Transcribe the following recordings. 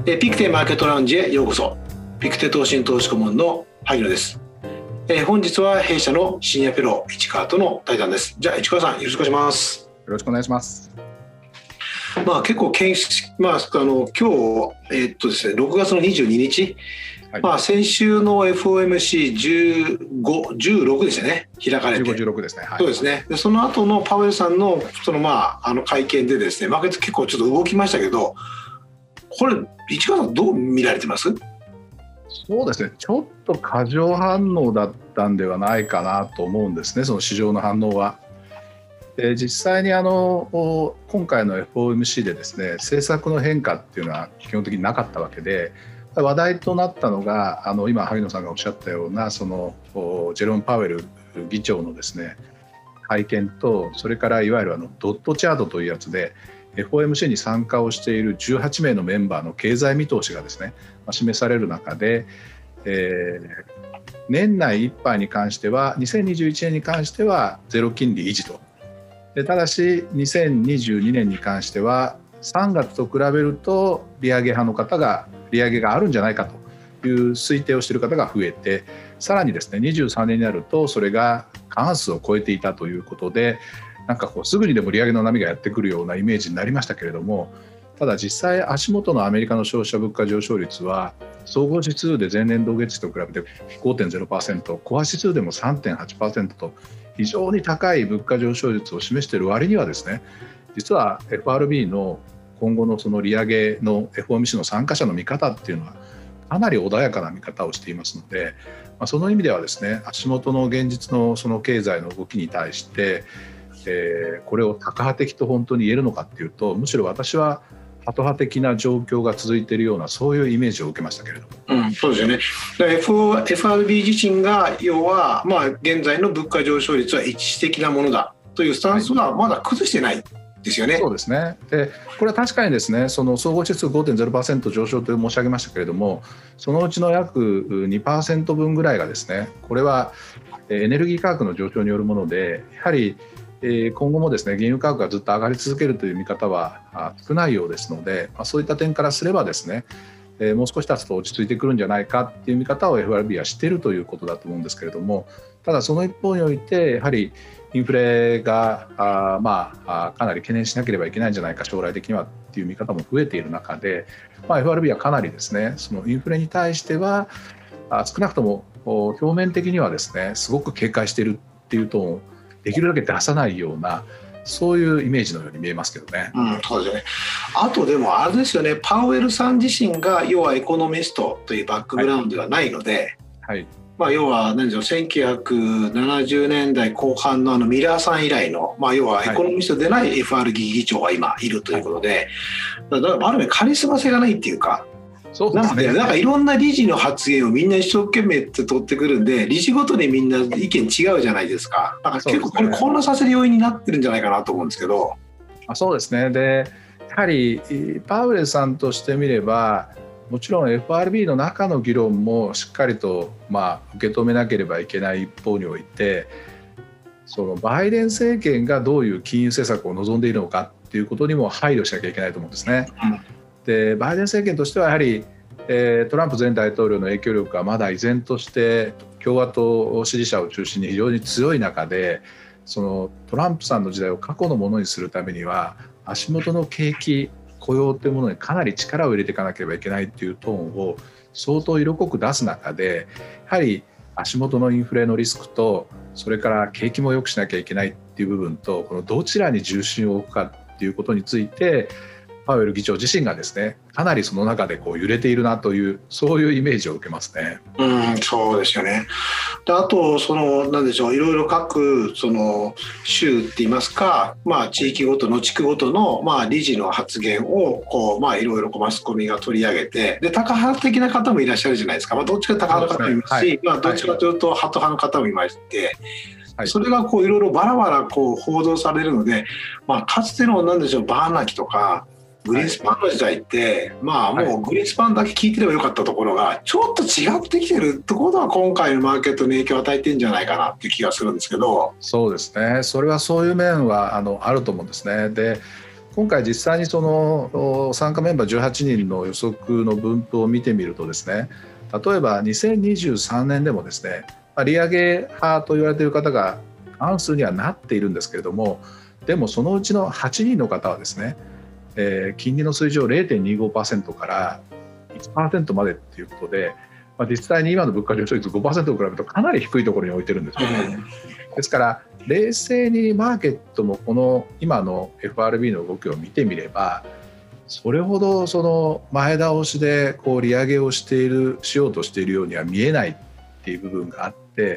ピクテマーケットラウンジへようこそ。ピクテ投信投資顧問の萩野です。本日は弊社のシニアフェロー市川との対談です。じゃあ市川さん、よろしくお願いします。 よろしくお願いします。 結構今日ですね、6月の22日、はい、先週の FOMC15、16でしたね、開かれて。 15、16ですね。はい、 そうですね。でその後のパウエルさんの会見でですね、マーケット結構ちょっと動きましたけど、これ市川さんどう見られてます？ そうですね、ちょっと過剰反応だったんではないかなと思うんですね、その市場の反応は。実際に今回の FOMC でですね、政策の変化っていうのは基本的になかったわけで、話題となったのが今萩野さんがおっしゃったようなそのジェロム・パウエル議長のですね会見と、それからいわゆるドットチャートというやつで FOMC に参加をしている18名のメンバーの経済見通しがですね示される中で、年内いっぱいに関しては2021年に関してはゼロ金利維持と。ただし2022年に関しては3月と比べると利上げ派の方が利上げがあるんじゃないかという推定をしている方が増えて、さらにですね23年になるとそれが過半数を超えていたということで、なんかすぐにでも利上げの波がやってくるようなイメージになりましたけれども、ただ実際足元のアメリカの消費者物価上昇率は総合指数で前年同月比と比べて 5.0%、 コア指数でも 3.8% と非常に高い物価上昇率を示している割にはですね、実は FRB の今後のその利上げの FOMC の参加者の見方っていうのはかなり穏やかな見方をしていますので、その意味ではですね、足元の現実のその経済の動きに対して、これをタカ派的と本当に言えるのかっていうと、むしろ私はハト派的な状況が続いているような、そういうイメージを受けましたけれども、 そうですよね。FRB 自身が要は、現在の物価上昇率は一時的なものだというスタンスはまだ崩してないですよね。 そうですね。でこれは確かにですね、その総合指数 5.0% 上昇と申し上げましたけれども、そのうちの約 2% 分ぐらいがですね、これはエネルギー価格の上昇によるもので、やはり今後もですね原油価格がずっと上がり続けるという見方は少ないようですので、そういった点からすればですね、もう少し経つと落ち着いてくるんじゃないかっていう見方を FRB はしているということだと思うんですけれども、ただその一方においてやはりインフレがかなり懸念しなければいけないんじゃないか将来的にはっていう見方も増えている中で、FRB はかなりですねそのインフレに対しては少なくとも表面的にはですねすごく警戒しているっていうトーンをできるだけ出さないような、そういうイメージのように見えますけどね。 そうですよね。あとでもあれですよね、パウエルさん自身が要はエコノミストというバックグラウンドではないので、要は何でしょう、1970年代後半のミラーさん以来の、要はエコノミストでない FRB 議長が今いるということで、だからある意味カリスマ性がないっていうか、 そうですね、 なんかいろんな理事の発言をみんな一生懸命って取ってくるんで、理事ごとにみんな意見違うじゃないですか。だから結構これ混乱させる要因になってるんじゃないかなと思うんですけど。 そうですね。でやはりパウエルさんとしてみれば、もちろん FRB の中の議論もしっかりと受け止めなければいけない一方において、そのバイデン政権がどういう金融政策を望んでいるのかっていうことにも配慮しなきゃいけないと思うんですね。でバイデン政権としてはやはり、トランプ前大統領の影響力がまだ依然として共和党支持者を中心に非常に強い中で、そのトランプさんの時代を過去のものにするためには足元の景気雇用というものにかなり力を入れていかなければいけないというトーンを相当色濃く出す中で、やはり足元のインフレのリスクと、それから景気も良くしなきゃいけないっていう部分と、このどちらに重心を置くかっていうことについてパウエル議長自身がですねかなりその中で揺れているなという、そういうイメージを受けますね。 そうですよね。であと何でしょう、いろいろ各州って言いますか、地域ごとの地区ごとの理事の発言をいろいろマスコミが取り上げて、でタカ派的な方もいらっしゃるじゃないですか。どっちかタカ派の方もいますし、どっちかというとハト派の方もいまして、それがいろいろバラバラ報道されるので、かつての何でしょうバーナキとかグリーンスパンの時代って、もうグリーンスパンだけ聞いてればよかったところがちょっと違ってきてるってことは、今回のマーケットに影響を与えてるんじゃないかなっていう気がするんですけど。 そうですね、それはそういう面はあると思うんですね。で今回実際にその参加メンバー18人の予測の分布を見てみるとですね、例えば2023年でもですね、利上げ派と言われている方が半数にはなっているんですけれども、でもそのうちの8人の方はですね、金利の水準を 0.25% から 1% までということで、実際に今の物価上昇率 5% と比べるとかなり低いところに置いてるんですよね。ですから冷静にマーケットもこの今の FRB の動きを見てみれば、それほどその前倒しでこう利上げをしようとしているようには見えないっていう部分があって、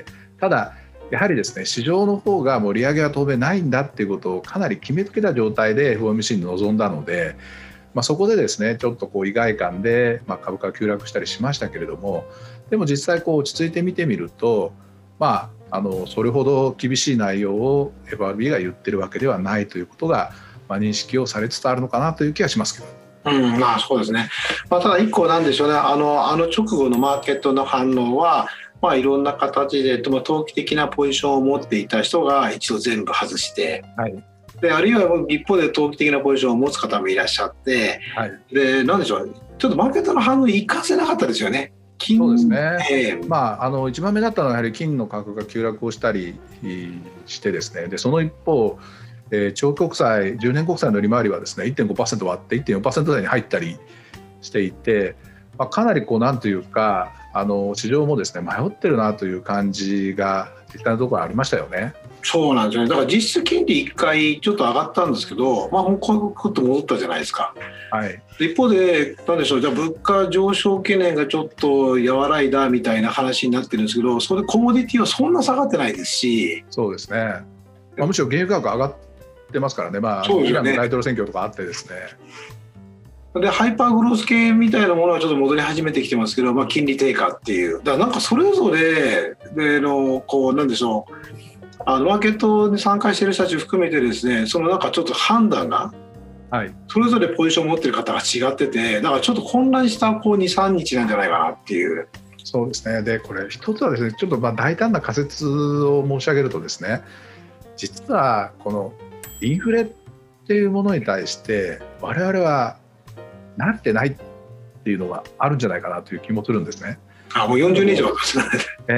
ただやはりですね、市場の方がもう利上げは当面ないんだっていうことをかなり決めつけた状態で FOMC に臨んだので、そこでですねちょっとこう意外感で株価が急落したりしましたけれども、でも実際こう落ち着いて見てみると、それほど厳しい内容を FRB が言ってるわけではないということが、認識をされつつあるのかなという気がしますけど。 そうですね。ただ一個なんでしょうね、あの直後のマーケットの反応は、いろんな形で投機的なポジションを持っていた人が一度全部外して、であるいは一方で投機的なポジションを持つ方もいらっしゃって、でなんでしょう、ちょっとマーケットの反応に活かせなかったですよね。 そうですね、一番目だったのはやはり金の価格が急落をしたりしてですね、でその一方、長期国債10年国債の利回りはですね 1.5% 割って 1.4% 台に入ったりしていて、かなりこうなんというか市場もですね迷ってるなという感じが実際のところありましたよね。 そうなんですよね。だから実質金利1回ちょっと上がったんですけど、こうこと戻ったじゃないですか。一方でなんでしょう、じゃあ物価上昇懸念がちょっと和らいだみたいな話になってるんですけど、それでコモディティはそんな下がってないですし。 そうですね、むしろ原油価格上がってますからね。イランの大統領選挙とかあってですね、 でハイパーグロース系みたいなものはちょっと戻り始めてきてますけど、金利低下っていう、だからなんかそれぞれこうなんでしょう、マーケットに参加している人たち含めてですね、そのなんかちょっと判断が、それぞれポジションを持っている方が違ってて、だからちょっと混乱した2、3日なんじゃないかなっていう。 そうですね。でこれ一つはですね、ちょっと大胆な仮説を申し上げるとですね、実はこのインフレっていうものに対して我々はなってないっていうのがあるんじゃないかなという気もするんですね。 もう40年以上ですね。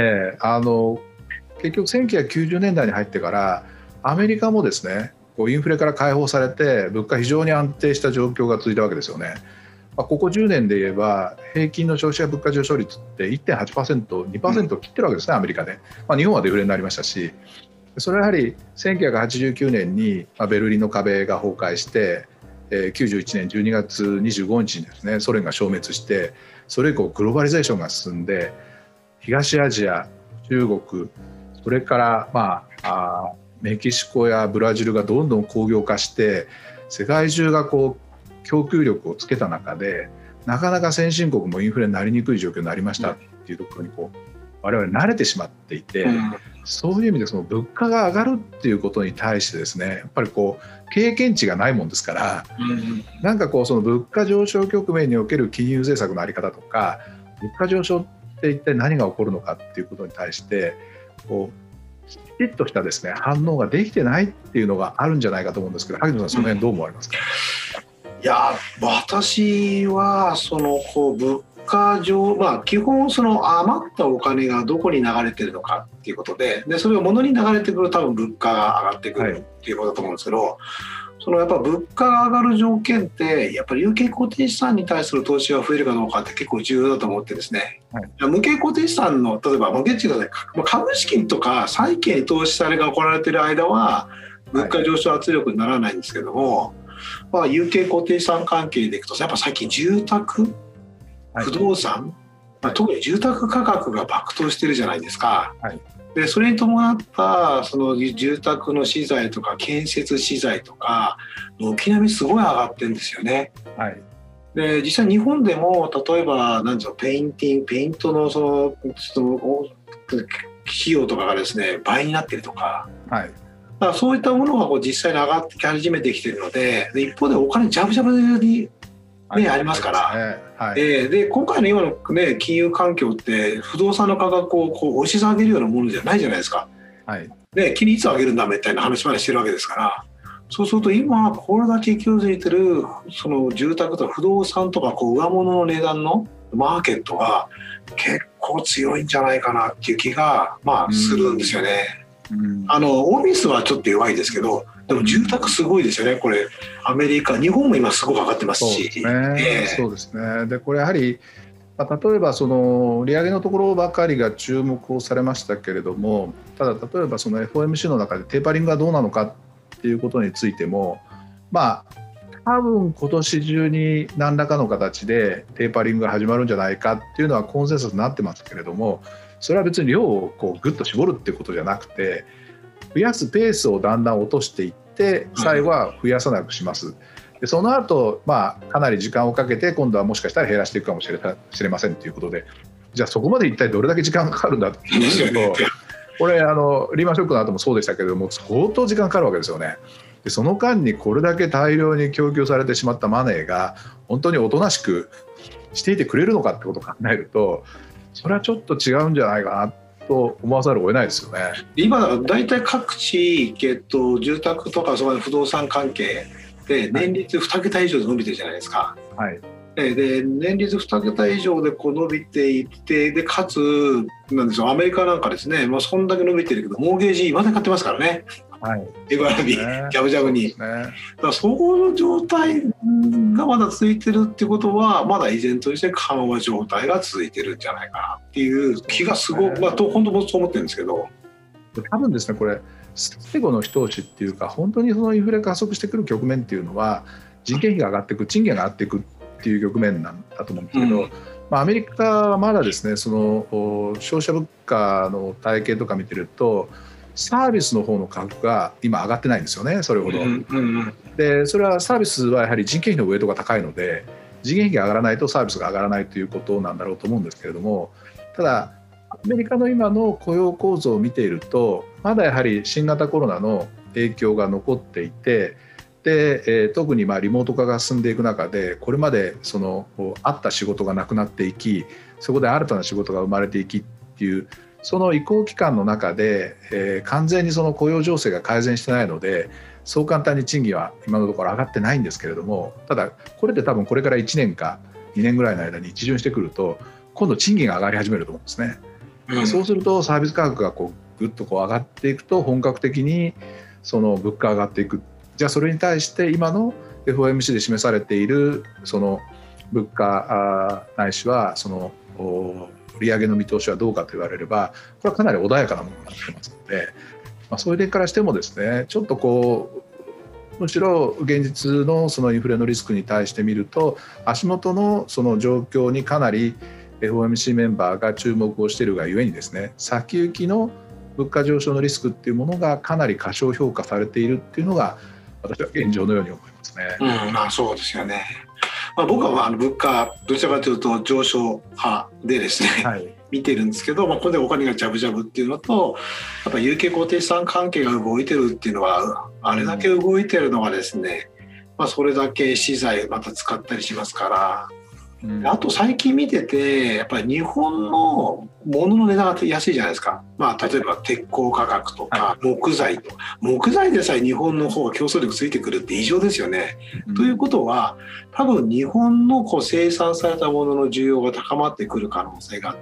結局1990年代に入ってからアメリカもですねこうインフレから解放されて物価非常に安定した状況が続いたわけですよね。ここ10年で言えば平均の消費者物価上昇率って 1.8%、2% 切ってるわけですね、アメリカで。日本はデフレになりましたし、それはやはり1989年にベルリンの壁が崩壊して91年12月25日にですねソ連が消滅して、それ以降グローバリゼーションが進んで東アジア、中国、それからメキシコやブラジルがどんどん工業化して世界中がこう供給力をつけた中で、なかなか先進国もインフレになりにくい状況になりましたっていうところに我々慣れてしまっていて、そういう意味でその物価が上がるっていうことに対してですね、やっぱり経験値がないもんですから、なんかその物価上昇局面における金融政策の在り方とか、物価上昇って一体何が起こるのかっていうことに対してきちっとしたですね反応ができてないっていうのがあるんじゃないかと思うんですけど、萩野さんその辺どう思われますか？ いや私は物価上、基本余ったお金がどこに流れてるのかっていうことで、それが物に流れてくると多分物価が上がってくるっていうことだと思うんですけど、やっぱ物価が上がる条件ってやっぱり有形固定資産に対する投資が増えるかどうかって結構重要だと思ってですね、無形固定資産の例えば株式とか債券に投資されが行われている間は物価上昇圧力にならないんですけども、有形固定資産関係でいくとやっぱ最近住宅、不動産、特に住宅価格が爆投してるじゃないですか。でそれに伴った住宅の資材とか建設資材とか軒並みすごい上がってるんですよね。で実際日本でも例えばペイントの費用とかがですね倍になってるとか、だからそういったものが実際に上がってき始めてきているので、一方でお金ジャブジャブにありますから、で今回の今の、金融環境って不動産の価格を押し下げるようなものじゃないじゃないですか。金利いつ上げるんだみたいな話までしてるわけですから、 そうすると今これだけ勢いづいてるその住宅とか不動産とか上物の値段のマーケットが結構強いんじゃないかなっていう気がするんですよね。オフィスはちょっと弱いですけど、でも住宅すごいですよね。これアメリカ、日本も今すごく上がってますし。 そうですね。でこれやはり例えばその利上げのところばかりが注目をされましたけれども、ただ例えばその FOMC の中でテーパリングがどうなのかっていうことについても、多分今年中に何らかの形でテーパリングが始まるんじゃないかっていうのはコンセンサスになってますけれども、それは別に量をグッと絞るっていうことじゃなくて、増やすペースをだんだん落としていって最後は増やさなくします。でその後、かなり時間をかけて今度はもしかしたら減らしていくかもしれませんということで、じゃあそこまで一体どれだけ時間がかかるんだっていうと、これリーマンショックの後もそうでしたけれども相当時間かかるわけですよね。でその間にこれだけ大量に供給されてしまったマネーが本当におとなしくしていてくれるのかってことを考えると、それはちょっと違うんじゃないかなと思わざるを得ないですよね。 今だいたい各地、住宅とかその不動産関係で年率2桁以上で伸びてるじゃないですか。 はい、 で年率2桁以上で伸びていって、でかつなんですよ、アメリカなんかですね、そんだけ伸びてるけどモーゲージまだ買ってますからね。FRB、ジャブジャブに。だからそこの状態がまだ続いてるってことは、まだ依然として緩和状態が続いてるんじゃないかなっていう気がすごく、本当もそう思ってるんですけど、 多分ですね、これ最後の一押しっていうか、本当にそのインフレが加速してくる局面っていうのは人件費が上がっていく、賃金が上がっていくっていう局面なんだと思うんですけど、アメリカはまだですね、その消費者物価の体系とか見てるとサービスの方の価格が今上がってないんですよね、それほど。でそれはサービスはやはり人件費のウェイトが高いので、人件費が上がらないとサービスが上がらないということなんだろうと思うんですけれども、ただアメリカの今の雇用構造を見ていると、まだやはり新型コロナの影響が残っていて、で特にリモート化が進んでいく中で、これまでそのあった仕事がなくなっていき、そこで新たな仕事が生まれていきっていう、その移行期間の中で、完全にその雇用情勢が改善してないので、そう簡単に賃金は今のところ上がってないんですけれども、ただこれで多分これから1年か2年ぐらいの間に一巡してくると、今度賃金が上がり始めると思うんですね。そうするとサービス価格がぐっと上がっていくと、本格的にその物価が上がっていく。じゃあそれに対して今の FOMC で示されているその物価ないしはその利上げの見通しはどうかと言われれば、これはかなり穏やかなものになってますので、そういう点からしてもですね、ちょっとむしろ現実のそのインフレのリスクに対して見ると、足元のその状況にかなり FOMC メンバーが注目をしているがゆえにですね、先行きの物価上昇のリスクっていうものがかなり過小評価されているっていうのが私は現状のように思いますね。 そうですよね。僕は物価どちらかというと上昇派でですね、見てるんですけど、ここでお金がジャブジャブっていうのと、やっぱ有形固定資産関係が動いてるっていうのは、あれだけ動いてるのがですね、それだけ資材また使ったりしますから、あと最近見ててやっぱり日本の物の値段が安いじゃないですか。例えば鉄鋼価格とか木材とか、木材でさえ日本の方が競争力ついてくるって異常ですよね。ということは多分日本の生産されたものの需要が高まってくる可能性があって、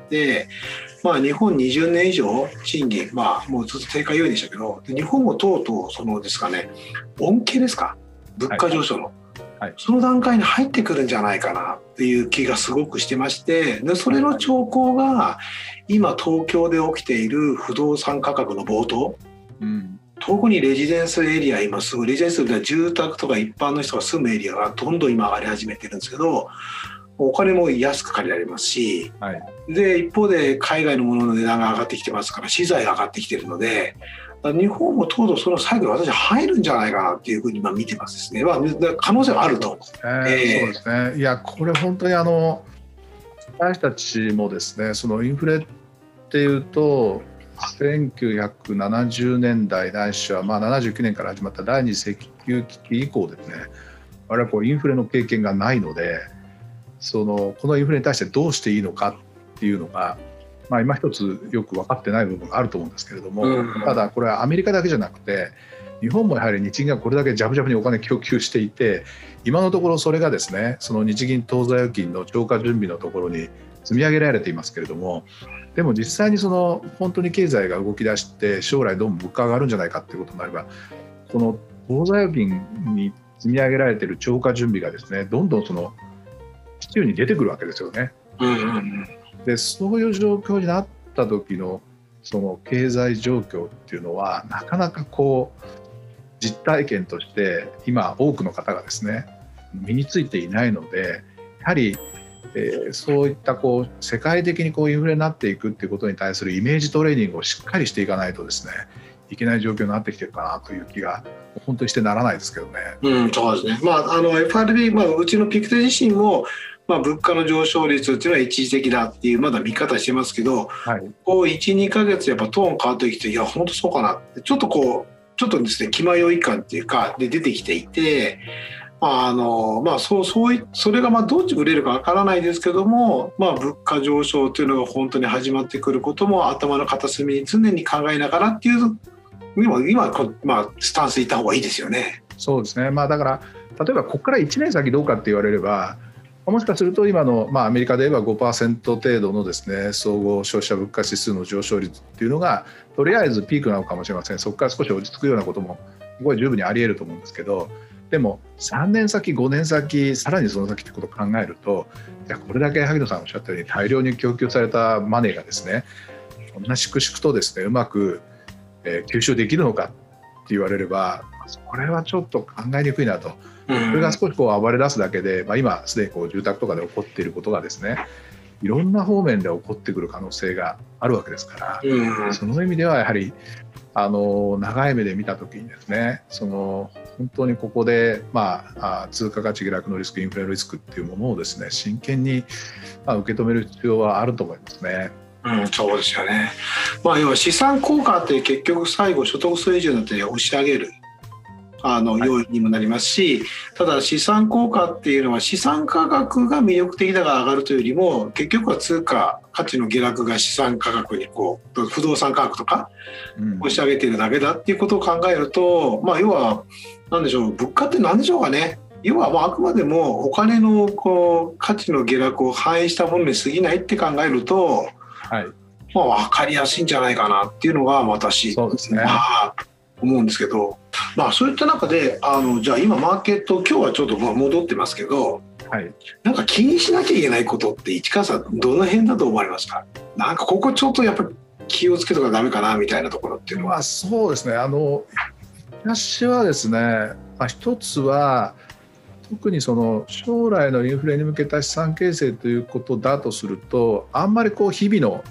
日本20年以上賃金もうずっと低下要因でしたけど、日本もとうとうそのですかね、恩恵ですか、物価上昇の、その段階に入ってくるんじゃないかなっていう気がすごくしてまして、でそれの兆候が今東京で起きている不動産価格の暴騰、特にレジデンスエリア、今すぐレジデンスでは住宅とか一般の人が住むエリアがどんどん今上がり始めてるんですけど、お金も安く借りられますし、で一方で海外のものの値段が上がってきてますから、資材が上がってきてるので、日本もとうとうその最後に私は入るんじゃないかなっていうふうに見てますですね。可能性はあると思う。 そうですね。いやこれ本当に私たちもですね、そのインフレっていうと1970年代ないしは79年から始まった第二次石油危機以降ですね、我々はインフレの経験がないので、このインフレに対してどうしていいのかっていうのが今一つよく分かってない部分があると思うんですけれども、ただこれはアメリカだけじゃなくて日本もやはり日銀がこれだけジャブジャブにお金供給していて、今のところそれがですね、その日銀当座預金の超過準備のところに積み上げられていますけれども、でも実際にその本当に経済が動き出して将来どんどん物価が上がるんじゃないかということになれば、この当座預金に積み上げられている超過準備がですね、どんどんその市中に出てくるわけですよね。でそういう状況になった時のその経済状況っていうのはなかなかこう実体験として今多くの方がですね身についていないので、やはりそういったこう世界的にこうインフレになっていくっていうことに対するイメージトレーニングをしっかりしていかないとですね、いけない状況になってきてるかなという気が本当にしてならないですけどね。 そうですね。FRB、うちのピクテ自身も、物価の上昇率っていうのは一時的だっていうまだ見方してますけど、こう 1,2 ヶ月やっぱトーン変わってきて、いや本当そうかなってちょっとですね気迷い感っていうかで出てきていて、それがどっち売れるかわからないですけども、物価上昇というのが本当に始まってくることも頭の片隅に常に考えながらっていう今スタンスでいった方がいいですよね。 そうですね。だから例えばここから1年先どうかって言われれば、もしかすると今の、アメリカで言えば 5% 程度のですね総合消費者物価指数の上昇率っていうのがとりあえずピークなのかもしれません。そこから少し落ち着くようなこともここは十分にあり得ると思うんですけど、でも3年先5年先さらにその先ってことを考えると、じゃあこれだけ萩野さんおっしゃったように大量に供給されたマネーがですねこんな粛々とですねうまく吸収できるのかって言われれば、これはちょっと考えにくいなと。それが少しこう暴れ出すだけで、今すでにこう住宅とかで起こっていることがですねいろんな方面で起こってくる可能性があるわけですから、その意味ではやはり長い目で見た時にですね本当にここで、通貨価値下落のリスク、インフレのリスクっていうものをですね真剣に受け止める必要はあると思いますね。 そうですよね。要は資産効果って結局最後所得水準だって押し上げる要因にもなりますし、ただ資産効果っていうのは資産価格が魅力的だから上がるというよりも、結局は通貨価値の下落が資産価格に不動産価格とか押し上げているだけだっていうことを考えると、要は何でしょう、物価って何でしょうかね。要はあくまでもお金の価値の下落を反映したものに過ぎないって考えると、分かりやすいんじゃないかなっていうのが私そうですね。 思うんですけど、そういった中でじゃあ今マーケット今日はちょっと戻ってますけど、なんか気にしなきゃいけないことって市川さんどの辺だと思われますか？なんかここちょっとやっぱり気をつけとかダメかなみたいなところっていうのは。 そうですね。私はですね、一つは特にその将来のインフレに向けた資産形成ということだとすると、あんまり日々の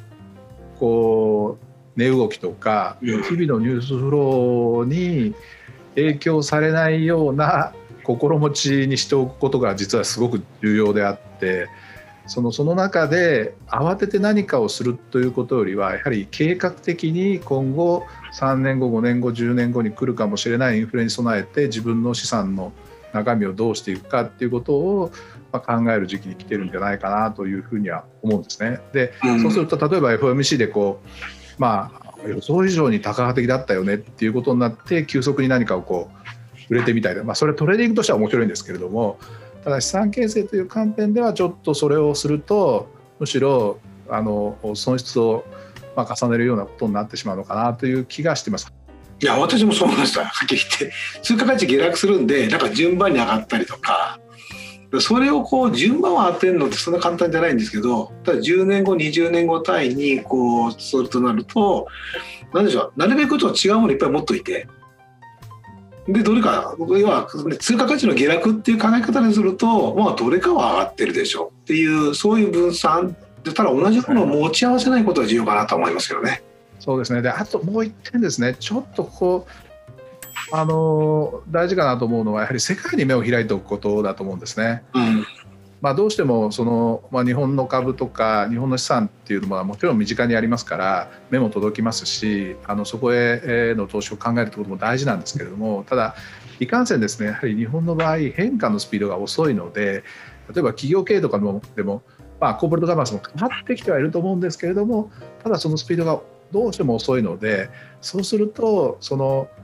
値動きとか日々のニュースフローに影響されないような心持ちにしておくことが実はすごく重要であって、その中で慌てて何かをするということよりは、やはり計画的に今後3年後5年後10年後に来るかもしれないインフレに備えて自分の資産の中身をどうしていくかっていうことを考える時期に来てるんじゃないかなというふうには思うんですね。で、そうすると例えば FOMC で予想以上に多価的だったよねっていうことになって急速に何かを売れてみたいで、それはトレーディングとしては面白いんですけれども、ただ資産形成という観点ではちょっとそれをするとむしろ損失を重ねるようなことになってしまうのかなという気がしています。 いや私もそう思いました。はっきり言って通貨価値下落するんで、なんか順番に上がったりとか、それを順番を当てるのってそんな簡単じゃないんですけど、ただ10年後20年後単位にするとなると、何でしょう、なるべくと違うものいっぱい持っといて、でどれか要は通貨価値の下落っていう考え方にすると、どれかは上がってるでしょうっていう、そういう分散で、ただ同じものを持ち合わせないことが重要かなと思いますけどね。 そうですね。であともう一点ですね、ちょっと大事かなと思うのはやはり世界に目を開いておくことだと思うんですね。どうしても日本の株とか日本の資産っていうのはもちろん身近にありますから目も届きますし、そこへの投資を考えるということも大事なんですけれども、ただいかんせんですね、やはり日本の場合変化のスピードが遅いので、例えば企業経営とかでもコーポレートガバナンスも変わってきてはいると思うんですけれども、ただそのスピードがどうしても遅いので、そうすると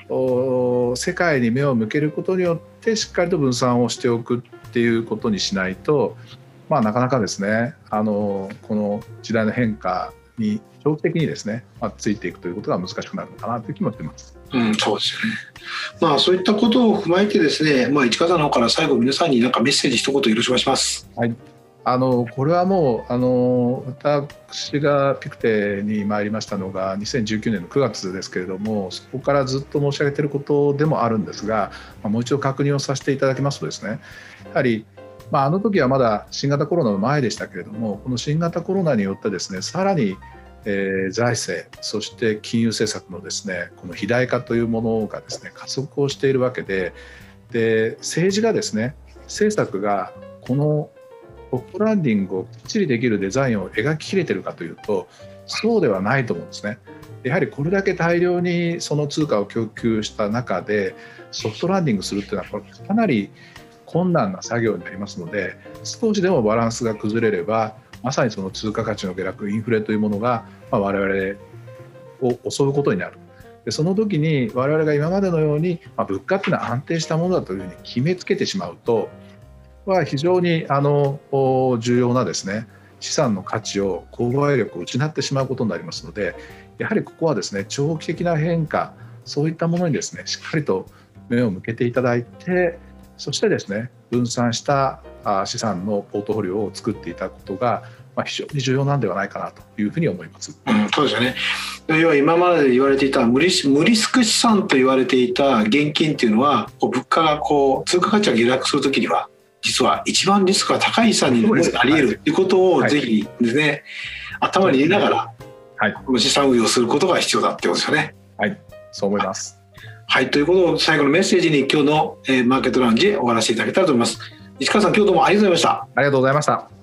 世界に目を向けることによってしっかりと分散をしておくっていうことにしないと、なかなかですねこの時代の変化に長期的にですね、ついていくということが難しくなるのかなという気もしています。 そうですよね。そういったことを踏まえてですね、市川さんの方から最後皆さんに何かメッセージ一言よろしくお願いします。 はい、これはもう私がピクテに参りましたのが2019年の9月ですけれども、そこからずっと申し上げていることでもあるんですが、もう一度確認をさせていただきますとですね、やはりあの時はまだ新型コロナの前でしたけれども、この新型コロナによってですね、さらに財政そして金融政策のですねこの肥大化というものがですね加速をしているわけで、政治がですね政策がこのソフトランディングをきっちりできるデザインを描ききれているかというとそうではないと思うんですね。やはりこれだけ大量にその通貨を供給した中でソフトランディングするというのはこれかなり困難な作業になりますので、少しでもバランスが崩れればまさにその通貨価値の下落、インフレというものが我々を襲うことになる。でその時に我々が今までのように物価というのは安定したものだというふうに決めつけてしまうと非常に重要なですね資産の価値を購買力を失ってしまうことになりますので、やはりここはですね長期的な変化、そういったものにですねしっかりと目を向けていただいて、そしてですね分散した資産のポートフォリオを作っていただくことが非常に重要なんではないかなというふうに思います。 そうですよね。要は今まで言われていた無リスク資産と言われていた現金っていうのは物価が通貨価値が下落するときには実は一番リスクが高い資産にあり得るということをぜひですね、頭に入れながら、この資産運用することが必要だってことですよね。 はい、そう思います。 はい、ということを最後のメッセージに今日のマーケットラウンジ終わらせていただけたらと思います。市川さん、今日どうもありがとうございました。 ありがとうございました。